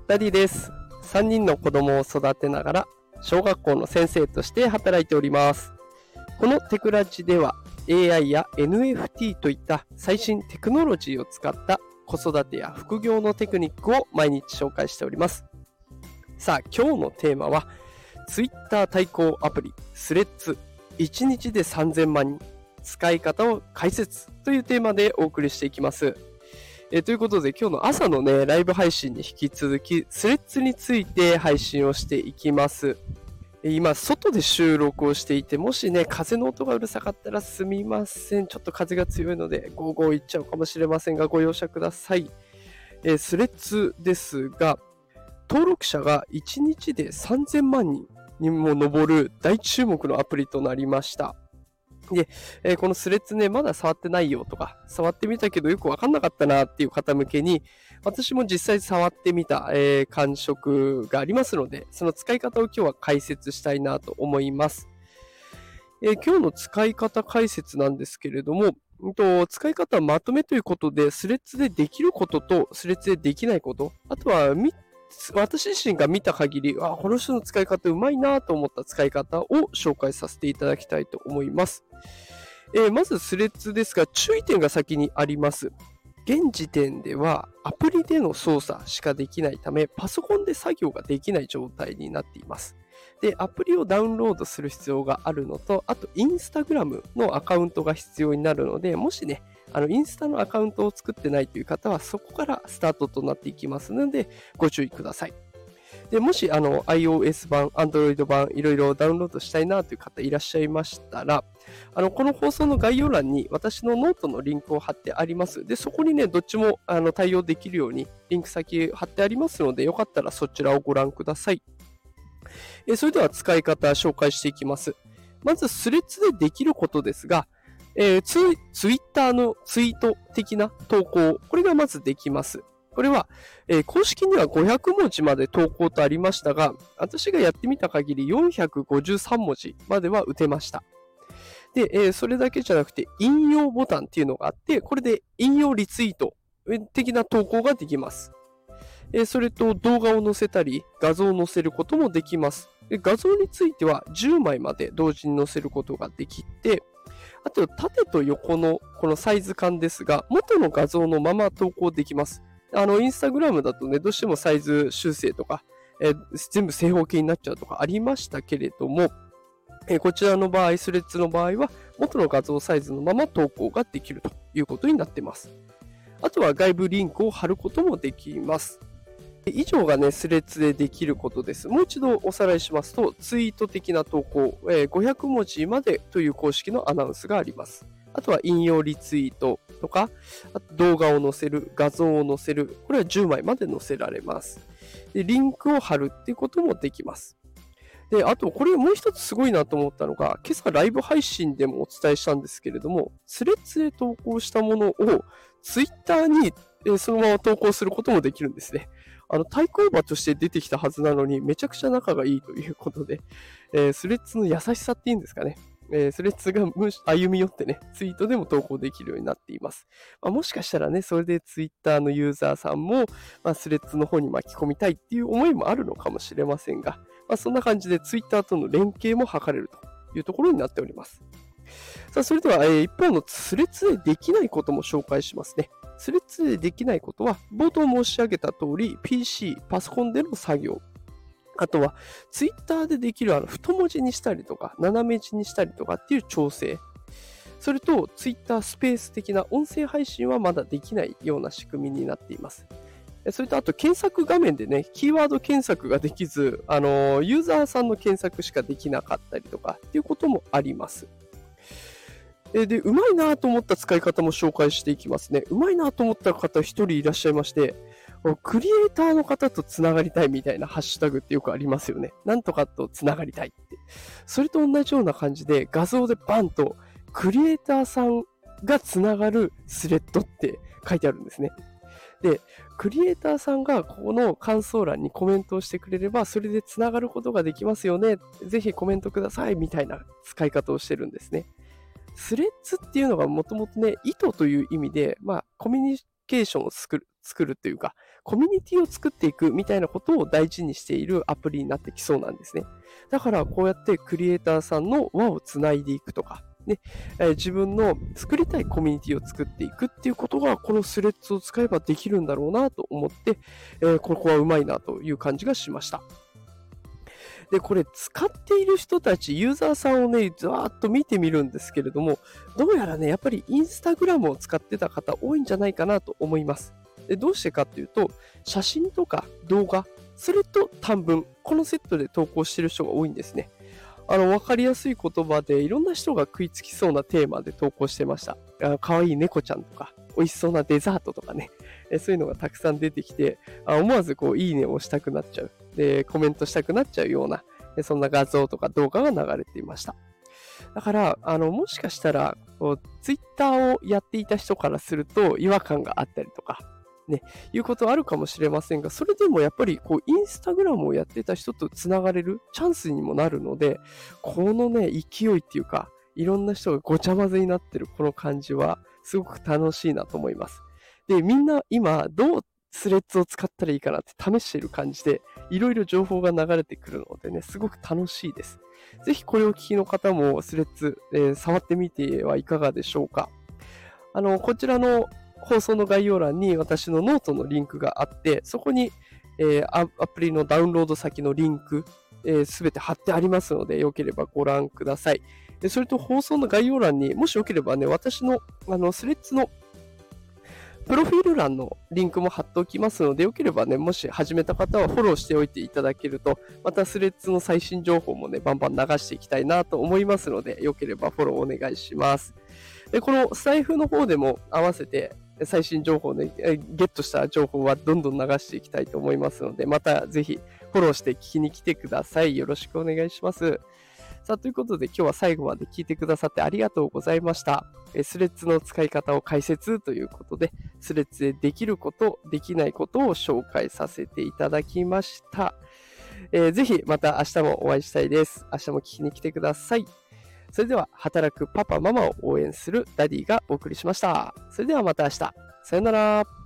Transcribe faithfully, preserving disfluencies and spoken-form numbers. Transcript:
ダディです。さんにんの子供を育てながら小学校の先生として働いております。このテクラジでは エーアイ や エヌエフティー といった最新テクノロジーを使った子育てや副業のテクニックを毎日紹介しております。さあ、今日のテーマは Twitter 対抗アプリスレッズいちにちでさんぜんまんにん使い方を解説というテーマでお送りしていきます。えー、ということで今日の朝のねライブ配信に引き続きスレッズについて配信をしていきます。今外で収録をしていて、もしね風の音がうるさかったらすみません。ちょっと風が強いのでゴーゴーいっちゃうかもしれませんがご容赦ください。えー、スレッズですが登録者がいちにちでさんぜんまんにんにも上る大注目のアプリとなりました。で、えー、このスレッズね、まだ触ってないよとか、触ってみたけどよくわかんなかったなっていう方向けに、私も実際触ってみた、えー、感触がありますので、その使い方を今日は解説したいなと思います。えー、今日の使い方解説なんですけれども、うんと、使い方はまとめということで、スレッズでできることとスレッズでできないこと、あとは私自身が見た限り、あ、この人の使い方うまいなと思った使い方を紹介させていただきたいと思います。えー、まずスレッズですが、注意点が先にあります。現時点ではアプリでの操作しかできないため、パソコンで作業ができない状態になっています。で、アプリをダウンロードする必要があるのと、あとインスタグラムのアカウントが必要になるので、もしね、あのインスタのアカウントを作ってないという方はそこからスタートとなっていきますのでご注意ください。でもしあの iOS 版、Android 版いろいろダウンロードしたいなという方いらっしゃいましたら、あのこの放送の概要欄に私のノートのリンクを貼ってあります。で、そこにね、どっちもあの対応できるようにリンク先貼ってありますので、よかったらそちらをご覧ください。えそれでは使い方紹介していきます。まずスレッズでできることですが、えー、ツ, ツイッターのツイート的な投稿、これがまずできます。これは、えー、公式にはごひゃくもじまで投稿とありましたが、私がやってみた限りよんひゃくごじゅうさんもじまでは打てました。で、えー、それだけじゃなくて引用ボタンっていうのがあって、これで引用リツイート的な投稿ができます。えー、それと動画を載せたり画像を載せることもできます。で、画像についてはじゅうまいまで同時に載せることができて、あと縦と横のこのサイズ感ですが、元の画像のまま投稿できます。あのインスタグラムだとね、どうしてもサイズ修正とか、えー、全部正方形になっちゃうとかありましたけれども、えー、こちらの場合、スレッズの場合は元の画像サイズのまま投稿ができるということになっています。あとは外部リンクを貼ることもできます。以上がね、スレッズでできることです。もう一度おさらいしますと、ツイート的な投稿、えー、ごひゃくもじまでという公式のアナウンスがあります。あとは引用リツイートとか、あと動画を載せる、画像を載せる、これはじゅうまいまで載せられます。で、リンクを貼るっていうこともできます。で、あとこれもう一つすごいなと思ったのが、今朝ライブ配信でもお伝えしたんですけれども、スレッズで投稿したものをツイッターにそのまま投稿することもできるんですね。あの対抗馬として出てきたはずなのにめちゃくちゃ仲がいいということで、えー、スレッズの優しさっていうんですかね、えー、スレッズが歩み寄ってねツイートでも投稿できるようになっています。まあ、もしかしたらね、それでツイッターのユーザーさんも、まあ、スレッズの方に巻き込みたいっていう思いもあるのかもしれませんが、まあ、そんな感じでツイッターとの連携も図れるというところになっております。さあ、それでは、えー、一方のスレッズでできないことも紹介しますね。スレッズでできないことは、冒頭申し上げた通り、ピーシー、パソコンでの作業、あとは、ツイッターでできるあの太文字にしたりとか、斜め字にしたりとかっていう調整、それと、ツイッタースペース的な音声配信はまだできないような仕組みになっています。それと、あと、検索画面でね、キーワード検索ができず、あの、ユーザーさんの検索しかできなかったりとかっていうこともあります。で、うまいなと思った使い方も紹介していきますね。うまいなと思った方一人いらっしゃいまして、クリエイターの方とつながりたいみたいなハッシュタグってよくありますよね。なんとかとつながりたいって。それと同じような感じで画像でバンとクリエイターさんがつながるスレッドって書いてあるんですね。で、クリエイターさんがここの感想欄にコメントをしてくれれば、それでつながることができますよね。ぜひコメントくださいみたいな使い方をしてるんですね。スレッズっていうのがもともとね、意図という意味で、まあ、コミュニケーションを作る作るというか、コミュニティを作っていくみたいなことを大事にしているアプリになってきそうなんですね。だからこうやってクリエイターさんの輪をつないでいくとか、ねえー自分の作りたいコミュニティを作っていくっていうことがこのスレッズを使えばできるんだろうなと思って、えーここはうまいなという感じがしました。で、これ使っている人たち、ユーザーさんをね、ざーっと見てみるんですけれども、どうやらね、やっぱりインスタグラムを使ってた方多いんじゃないかなと思います。で、どうしてかっていうと、写真とか動画、それと短文、このセットで投稿している人が多いんですね。あの、わかりやすい言葉で、いろんな人が食いつきそうなテーマで投稿してました。あかわいい猫ちゃんとか、美味しそうなデザートとかね、えそういうのがたくさん出てきて、あ思わずこう、いいねを押したくなっちゃう。で、コメントしたくなっちゃうような、えそんな画像とか動画が流れていました。だから、あの、もしかしたら、こう、ツイッターをやっていた人からすると違和感があったりとか、ね、いうことはあるかもしれませんが、それでもやっぱり、こう、インスタグラムをやってた人とつながれるチャンスにもなるので、このね、勢いっていうか、いろんな人がごちゃ混ぜになってるこの感じは、すごく楽しいなと思います。で、みんな今、どうスレッズを使ったらいいかなって試している感じで、いろいろ情報が流れてくるのでね、すごく楽しいです。ぜひこれをお聞きの方もスレッズ、えー触ってみてはいかがでしょうか。あの、こちらの放送の概要欄に私のノートのリンクがあって、そこに、えーアアプリのダウンロード先のリンク、すべて貼ってありますので、よければご覧ください。でそれと放送の概要欄にもしよければね、私のあのスレッズのプロフィール欄のリンクも貼っておきますので、よければね、もし始めた方はフォローしておいていただけると、またスレッズの最新情報もね、バンバン流していきたいなと思いますので、よければフォローお願いします。で、このスタイフの方でも合わせて最新情報ね、えゲットした情報はどんどん流していきたいと思いますので、またぜひフォローして聞きに来てください。よろしくお願いします。さあ、ということで今日は最後まで聞いてくださってありがとうございました。えスレッズの使い方を解説ということで、スレッズでできること、できないことを紹介させていただきました。えーぜひまた明日もお会いしたいです。明日も聞きに来てください。それでは、働くパパママを応援するダディがお送りしました。それではまた明日。さよなら。